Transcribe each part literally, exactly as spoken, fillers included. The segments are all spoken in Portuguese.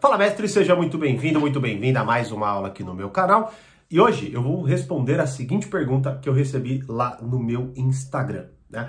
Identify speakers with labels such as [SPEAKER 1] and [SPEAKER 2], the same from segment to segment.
[SPEAKER 1] Fala, mestre, seja muito bem-vindo, muito bem-vinda a mais uma aula aqui no meu canal. E hoje eu vou responder a seguinte pergunta que eu recebi lá no meu Instagram, né?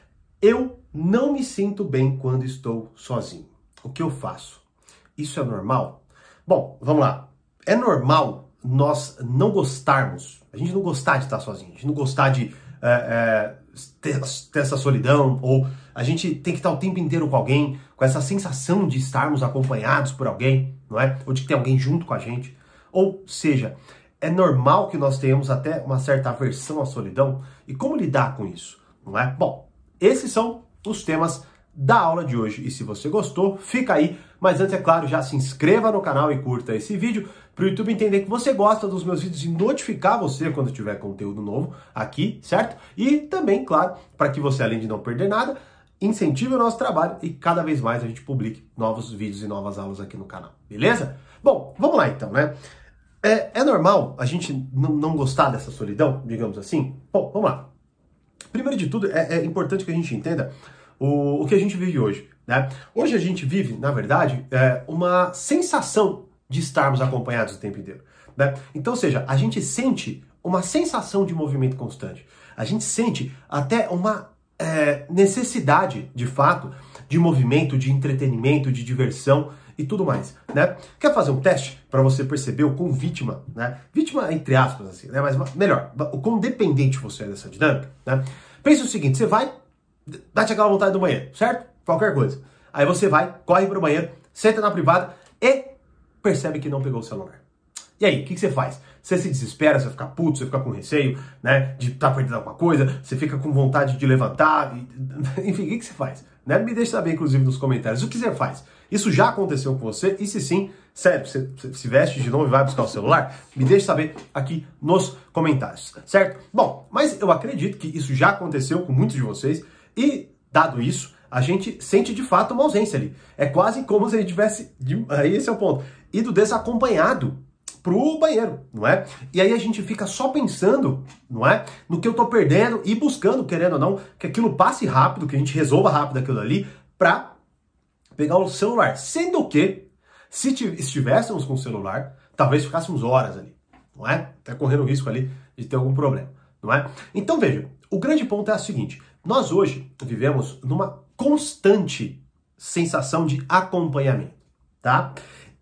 [SPEAKER 1] Eu não me sinto bem quando estou sozinho. O que eu faço? Isso é normal? Bom, vamos lá. É normal nós não gostarmos, a gente não gostar de estar sozinho, a gente não gostar de é, é, ter, ter essa solidão, ou a gente tem que estar o tempo inteiro com alguém, com essa sensação de estarmos acompanhados por alguém, não é? Ou de que tem alguém junto com a gente. Ou seja, é normal que nós tenhamos até uma certa aversão à solidão. E como lidar com isso, não é? Bom, esses são os temas da aula de hoje. E se você gostou, fica aí. Mas antes, é claro, já se inscreva no canal e curta esse vídeo para o YouTube entender que você gosta dos meus vídeos e notificar você quando tiver conteúdo novo aqui, certo? E também, claro, para que você, além de não perder nada, incentive o nosso trabalho e cada vez mais a gente publique novos vídeos e novas aulas aqui no canal, beleza? Bom, vamos lá então, né? É, é normal a gente não, não gostar dessa solidão, digamos assim? Bom, vamos lá. Primeiro de tudo, é, é importante que a gente entenda o, o que a gente vive hoje, né? Hoje a gente vive, na verdade, é, uma sensação de estarmos acompanhados o tempo inteiro, né? Então, ou seja, a gente sente uma sensação de movimento constante. A gente sente até uma é, necessidade, de fato, de movimento, de entretenimento, de diversão e tudo mais, né? Quer fazer um teste para você perceber o quão vítima, né? Vítima entre aspas, assim, né? Mas melhor, o quão dependente você é dessa dinâmica, né? Pensa o seguinte, você vai, dá-te aquela vontade do banheiro, certo? Qualquer coisa. Aí você vai, corre pro banheiro, senta na privada e percebe que não pegou o celular. E aí, o que, que você faz? Você se desespera, você fica puto, você fica com receio, né, de estar tá perdendo alguma coisa, você fica com vontade de levantar, e, enfim, o que, que você faz? Né? Me deixa saber, inclusive, nos comentários, o que você faz? Isso já aconteceu com você? E se sim, sério, você, você se veste de novo e vai buscar o celular? Me deixa saber aqui nos comentários, certo? Bom, mas eu acredito que isso já aconteceu com muitos de vocês e, dado isso, a gente sente de fato uma ausência ali. É quase como se a gente tivesse, aí esse é o ponto, ido desacompanhado pro banheiro, não é? E aí a gente fica só pensando, não é? No que eu tô perdendo e buscando, querendo ou não, que aquilo passe rápido, que a gente resolva rápido aquilo ali, pra pegar o celular. Sendo que, se estivéssemos com o celular, talvez ficássemos horas ali, não é? Até correndo o risco ali de ter algum problema, não é? Então veja, o grande ponto é o seguinte, nós hoje vivemos numa constante sensação de acompanhamento, tá?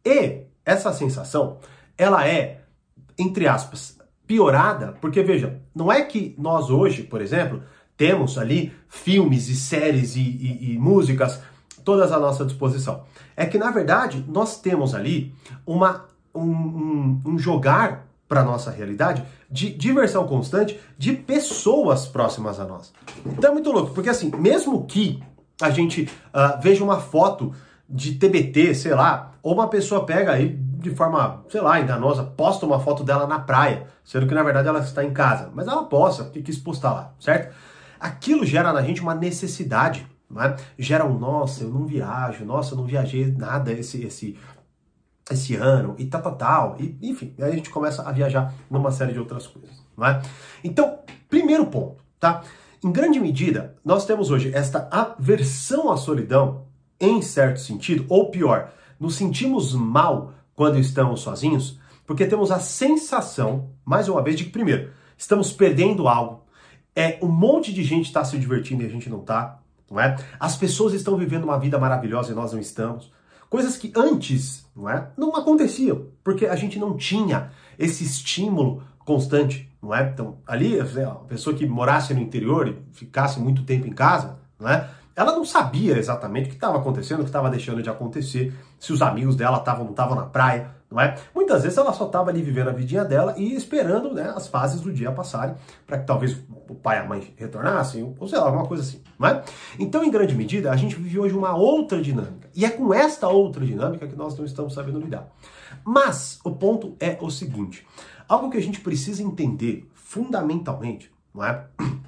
[SPEAKER 1] E essa sensação, ela é, entre aspas, piorada, porque veja, não é que nós hoje, por exemplo, temos ali filmes e séries e, e, e músicas todas à nossa disposição. É que, na verdade, nós temos ali uma, um, um, um jogar para a nossa realidade de diversão constante de pessoas próximas a nós. Então é muito louco, porque assim, mesmo que a gente uh, veja uma foto de T B T, sei lá, ou uma pessoa pega aí de forma, sei lá, enganosa, posta uma foto dela na praia, sendo que na verdade ela está em casa, mas ela posta, porque quis postar lá, certo? Aquilo gera na gente uma necessidade, não é? Gera um, nossa, eu não viajo, nossa, eu não viajei nada esse, esse, esse ano, e tal, tal, tal, e, enfim, aí a gente começa a viajar numa série de outras coisas, não é? Então, primeiro ponto, tá? Em grande medida, nós temos hoje esta aversão à solidão, em certo sentido, ou pior, nos sentimos mal quando estamos sozinhos, porque temos a sensação, mais uma vez, de que, primeiro, estamos perdendo algo, é, um monte de gente está se divertindo e a gente não está, não é? As pessoas estão vivendo uma vida maravilhosa e nós não estamos. Coisas que antes, não é? Não aconteciam, porque a gente não tinha esse estímulo constante, não é? Então, ali, a pessoa que morasse no interior e ficasse muito tempo em casa, não é? Ela não sabia exatamente o que estava acontecendo, o que estava deixando de acontecer, se os amigos dela estavam não estavam na praia, não é? Muitas vezes ela só estava ali vivendo a vidinha dela e esperando, né, as fases do dia passarem para que talvez o pai e a mãe retornassem, ou sei lá, alguma coisa assim, não é? Então, em grande medida, a gente vive hoje uma outra dinâmica. E é com esta outra dinâmica que nós não estamos sabendo lidar. Mas o ponto é o seguinte, algo que a gente precisa entender fundamentalmente, não é?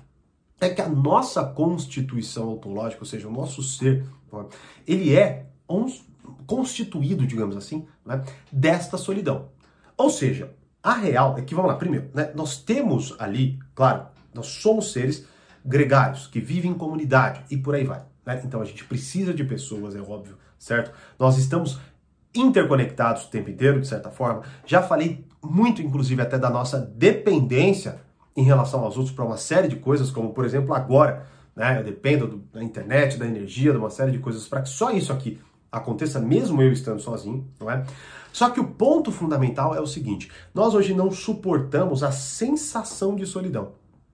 [SPEAKER 1] É que a nossa constituição ontológica, ou seja, o nosso ser, ele é constituído, digamos assim, né, desta solidão. Ou seja, a real é que, vamos lá, primeiro, né, nós temos ali, claro, nós somos seres gregários, que vivem em comunidade e por aí vai. Né? Então a gente precisa de pessoas, é óbvio, certo? Nós estamos interconectados o tempo inteiro, de certa forma. Já falei muito, inclusive, até da nossa dependência em relação aos outros para uma série de coisas, como, por exemplo, agora, né? Eu dependo do, da internet, da energia, de uma série de coisas para que só isso aqui aconteça, mesmo eu estando sozinho, não é? Só que o ponto fundamental é o seguinte: nós hoje não suportamos a sensação de solidão.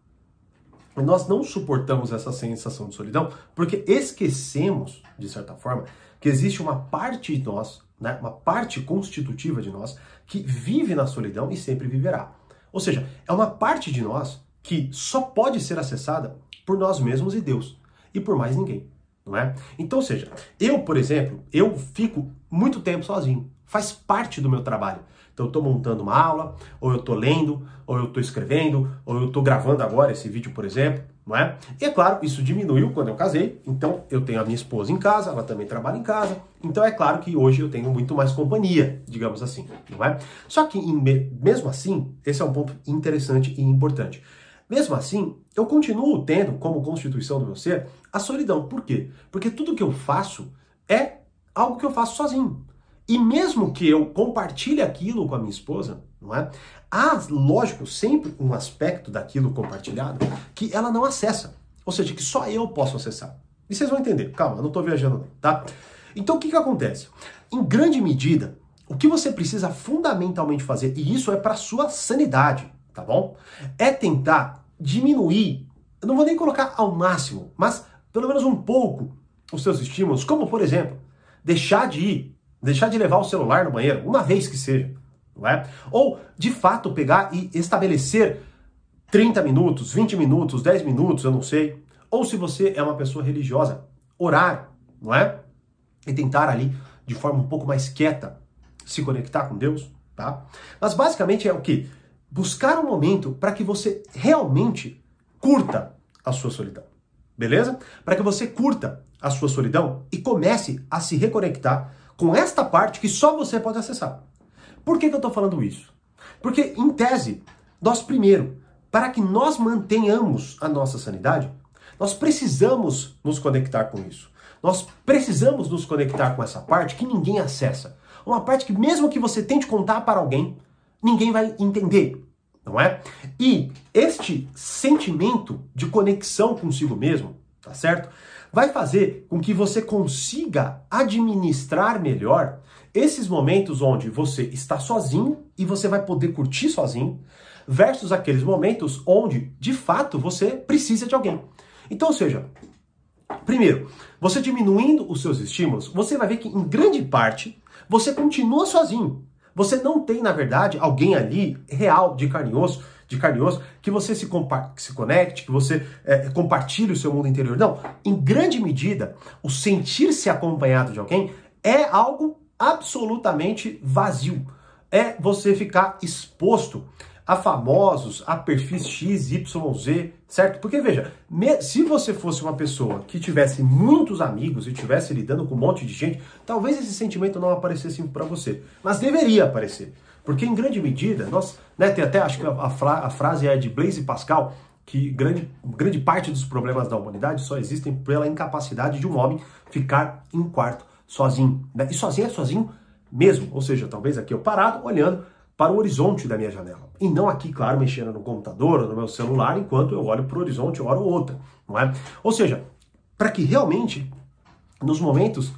[SPEAKER 1] Nós não suportamos essa sensação de solidão porque esquecemos, de certa forma, que existe uma parte de nós, né, uma parte constitutiva de nós, que vive na solidão e sempre viverá. Ou seja, é uma parte de nós que só pode ser acessada por nós mesmos e Deus, e por mais ninguém, não é? Então, ou seja, eu, por exemplo, eu fico muito tempo sozinho, faz parte do meu trabalho. Então eu estou montando uma aula, ou eu estou lendo, ou eu estou escrevendo, ou eu estou gravando agora esse vídeo, por exemplo, não é? E é claro, isso diminuiu quando eu casei, então eu tenho a minha esposa em casa, ela também trabalha em casa, então é claro que hoje eu tenho muito mais companhia, digamos assim, não é? Só que em, mesmo assim, esse é um ponto interessante e importante. Mesmo assim, eu continuo tendo como constituição do meu ser a solidão. Por quê? Porque tudo que eu faço é algo que eu faço sozinho. E mesmo que eu compartilhe aquilo com a minha esposa, não é? Há, lógico, sempre um aspecto daquilo compartilhado que ela não acessa. Ou seja, que só eu posso acessar. E vocês vão entender. Calma, eu não estou viajando não, tá? Então o que que acontece? Em grande medida, o que você precisa fundamentalmente fazer, e isso é para sua sanidade, tá bom? É tentar diminuir, eu não vou nem colocar ao máximo, mas pelo menos um pouco os seus estímulos, como por exemplo, deixar de ir Deixar de levar o celular no banheiro, uma vez que seja, não é? Ou, de fato, pegar e estabelecer trinta minutos, vinte minutos, dez minutos, eu não sei. Ou, se você é uma pessoa religiosa, orar, não é? E tentar ali, de forma um pouco mais quieta, se conectar com Deus, tá? Mas, basicamente, é o quê? Buscar um momento para que você realmente curta a sua solidão, beleza? Para que você curta a sua solidão e comece a se reconectar com esta parte que só você pode acessar. Por que que eu estou falando isso? Porque, em tese, nós primeiro, para que nós mantenhamos a nossa sanidade, nós precisamos nos conectar com isso. Nós precisamos nos conectar com essa parte que ninguém acessa. Uma parte que mesmo que você tente contar para alguém, ninguém vai entender, não é? E este sentimento de conexão consigo mesmo, tá certo? Vai fazer com que você consiga administrar melhor esses momentos onde você está sozinho e você vai poder curtir sozinho, versus aqueles momentos onde, de fato, você precisa de alguém. Então, ou seja, primeiro, você diminuindo os seus estímulos, você vai ver que, em grande parte, você continua sozinho. Você não tem, na verdade, alguém ali real, de carne e osso, de carne e osso, que você se, se conecte, que você é, compartilhe o seu mundo interior. Não, em grande medida, o sentir-se acompanhado de alguém é algo absolutamente vazio. É você ficar exposto a famosos, a perfis X, Y, Z, certo? Porque veja, me, se você fosse uma pessoa que tivesse muitos amigos e estivesse lidando com um monte de gente, talvez esse sentimento não aparecesse para você, mas deveria aparecer. Porque em grande medida, nós, né, tem até, acho que a, a, fra, a frase é de Blaise Pascal, que grande, grande parte dos problemas da humanidade só existem pela incapacidade de um homem ficar em um quarto sozinho, né? E sozinho é sozinho mesmo, ou seja, talvez aqui eu parado, olhando para o horizonte da minha janela. E não aqui, claro, mexendo no computador ou no meu celular, enquanto eu olho para o horizonte, hora ou outra, não é? Ou seja, para que realmente, nos momentos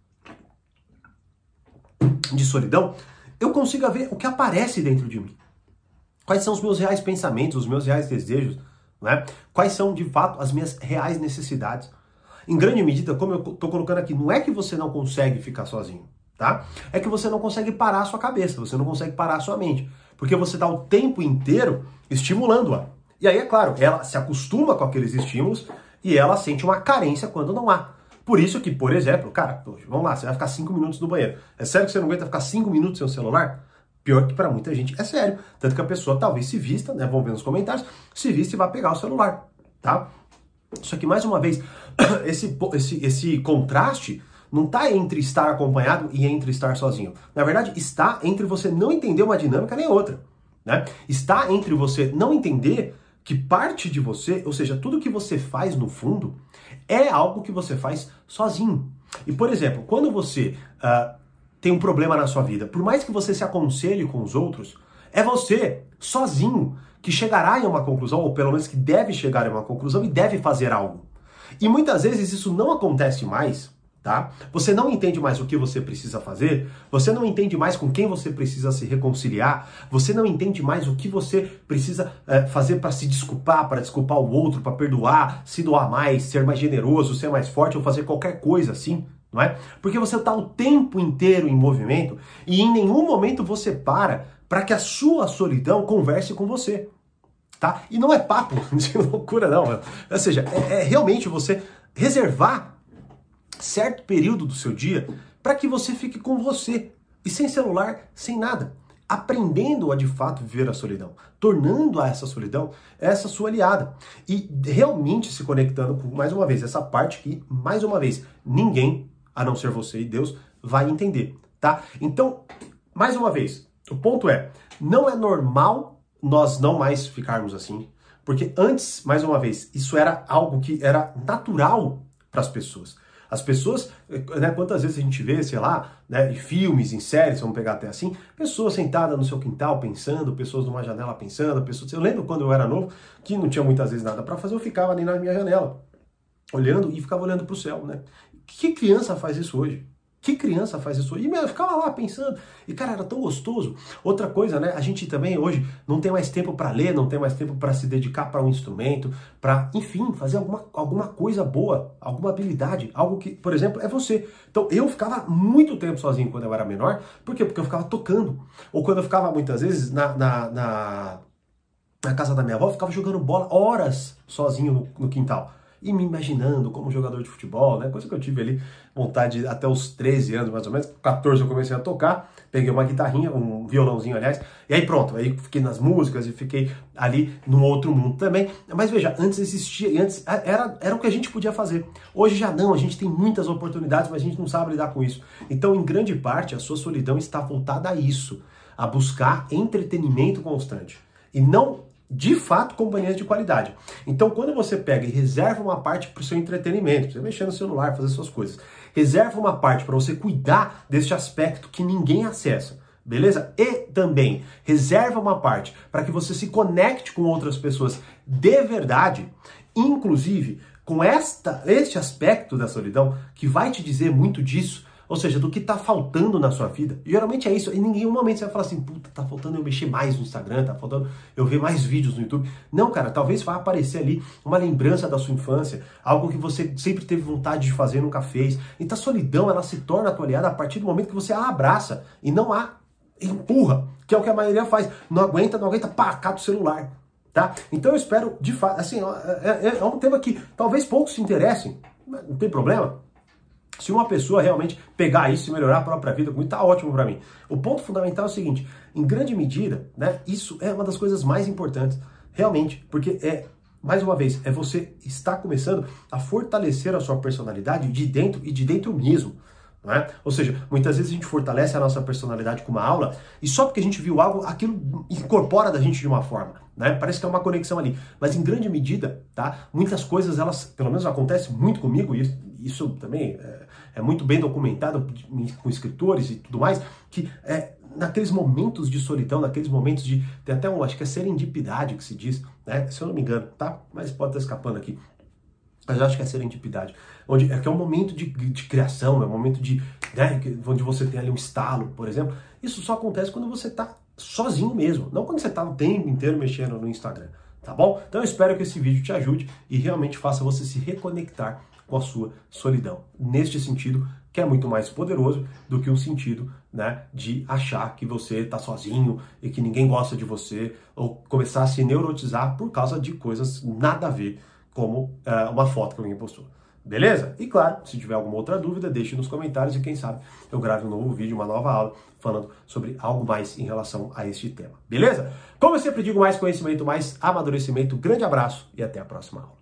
[SPEAKER 1] de solidão, eu consiga ver o que aparece dentro de mim. Quais são os meus reais pensamentos, os meus reais desejos, não é? Quais são, de fato, as minhas reais necessidades. Em grande medida, como eu estou colocando aqui, não é que você não consegue ficar sozinho, tá? É que você não consegue parar a sua cabeça, você não consegue parar a sua mente, porque você está o tempo inteiro estimulando-a. E aí, é claro, ela se acostuma com aqueles estímulos e ela sente uma carência quando não há. Por isso que, por exemplo, cara, vamos lá, você vai ficar cinco minutos no banheiro. É sério que você não aguenta ficar cinco minutos sem o celular? Pior que para muita gente é sério. Tanto que a pessoa talvez se vista, né? Vamos ver nos comentários, se vista e vai pegar o celular, tá? Só que, mais uma vez, esse, esse, esse contraste não está entre estar acompanhado e entre estar sozinho. Na verdade, está entre você não entender uma dinâmica nem outra, né? Está entre você não entender que parte de você, ou seja, tudo que você faz no fundo, é algo que você faz sozinho. E, por exemplo, quando você uh, tem um problema na sua vida, por mais que você se aconselhe com os outros, é você, sozinho, que chegará em uma conclusão, ou pelo menos que deve chegar em uma conclusão e deve fazer algo. E muitas vezes isso não acontece mais, tá? Você não entende mais o que você precisa fazer, você não entende mais com quem você precisa se reconciliar, você não entende mais o que você precisa é, fazer para se desculpar, para desculpar o outro, para perdoar, se doar mais, ser mais generoso, ser mais forte ou fazer qualquer coisa assim, não é? Porque você está o tempo inteiro em movimento e em nenhum momento você para para que a sua solidão converse com você, tá? E não é papo de loucura não, mano. Ou seja, é, é realmente você reservar certo período do seu dia para que você fique com você e sem celular, sem nada, aprendendo a de fato viver a solidão, tornando a essa solidão essa sua aliada e realmente se conectando com, mais uma vez, essa parte que, mais uma vez, ninguém, a não ser você e Deus, vai entender, tá? Então, mais uma vez, o ponto é, não é normal nós não mais ficarmos assim, porque antes, mais uma vez, isso era algo que era natural para as pessoas. As pessoas, né, quantas vezes a gente vê, sei lá, né, em filmes, em séries, vamos pegar até assim, pessoas sentadas no seu quintal pensando, pessoas numa janela pensando, pessoas... Eu lembro quando eu era novo, que não tinha muitas vezes nada para fazer, eu ficava ali na minha janela, olhando e ficava olhando para o céu, né? Que criança faz isso hoje? Que criança faz isso? E eu ficava lá pensando, e cara, era tão gostoso. Outra coisa, né? A gente também hoje não tem mais tempo para ler, não tem mais tempo para se dedicar para um instrumento, para, enfim, fazer alguma, alguma coisa boa, alguma habilidade, algo que, por exemplo, é você. Então eu ficava muito tempo sozinho quando eu era menor, por quê? Porque eu ficava tocando. Ou quando eu ficava muitas vezes na, na, na, na casa da minha avó, eu ficava jogando bola horas sozinho no, no quintal. E me imaginando como jogador de futebol, né? Coisa que eu tive ali vontade até os treze anos, mais ou menos. quatorze eu comecei a tocar, peguei uma guitarrinha, um violãozinho, aliás, e aí pronto, aí fiquei nas músicas e fiquei ali num outro mundo também. Mas veja, antes existia, antes era, era o que a gente podia fazer. Hoje já não, a gente tem muitas oportunidades, mas a gente não sabe lidar com isso. Então, em grande parte, a sua solidão está voltada a isso, a buscar entretenimento constante. E não... de fato, companhias de qualidade. Então, quando você pega e reserva uma parte para o seu entretenimento, para você mexer no celular, fazer suas coisas, reserva uma parte para você cuidar deste aspecto que ninguém acessa, beleza? E também reserva uma parte para que você se conecte com outras pessoas de verdade, inclusive com esta, este aspecto da solidão, que vai te dizer muito disso, ou seja, do que tá faltando na sua vida. E geralmente é isso. E em nenhum momento você vai falar assim, puta, tá faltando eu mexer mais no Instagram, tá faltando eu ver mais vídeos no YouTube. Não, cara, talvez vá aparecer ali uma lembrança da sua infância, algo que você sempre teve vontade de fazer e nunca fez. Então a solidão, ela se torna a tua aliada a partir do momento que você a abraça e não a empurra, que é o que a maioria faz. Não aguenta, não aguenta, pá, cata o celular. Tá? Então eu espero, de fato, assim, é, é um tema que talvez poucos se interessem, não tem problema. Se uma pessoa realmente pegar isso e melhorar a própria vida, tá ótimo para mim. O ponto fundamental é o seguinte, em grande medida, né, isso é uma das coisas mais importantes, realmente, porque é, mais uma vez, é você estar começando a fortalecer a sua personalidade de dentro e de dentro mesmo. Não é? Ou seja, muitas vezes a gente fortalece a nossa personalidade com uma aula e só porque a gente viu algo, aquilo incorpora da gente de uma forma, né? Parece que é uma conexão ali, mas em grande medida, tá? Muitas coisas, elas, pelo menos acontece muito comigo, e isso, isso também é, é muito bem documentado com escritores e tudo mais, que é, naqueles momentos de solidão, naqueles momentos de, tem até um, acho que é serendipidade que se diz, né? Se eu não me engano, tá? Mas pode estar escapando aqui. Mas eu acho que é serendipidade, onde é que é um momento de, de criação, é um momento de, né, onde você tem ali um estalo, por exemplo. Isso só acontece quando você está sozinho mesmo, não quando você está o tempo inteiro mexendo no Instagram, tá bom? Então eu espero que esse vídeo te ajude e realmente faça você se reconectar com a sua solidão. Neste sentido, que é muito mais poderoso do que um sentido, né, de achar que você está sozinho e que ninguém gosta de você, ou começar a se neurotizar por causa de coisas nada a ver, como uh, uma foto que alguém postou. Beleza? E claro, se tiver alguma outra dúvida, deixe nos comentários e quem sabe eu grave um novo vídeo, uma nova aula, falando sobre algo mais em relação a este tema. Beleza? Como eu sempre digo, mais conhecimento, mais amadurecimento. Grande abraço e até a próxima aula.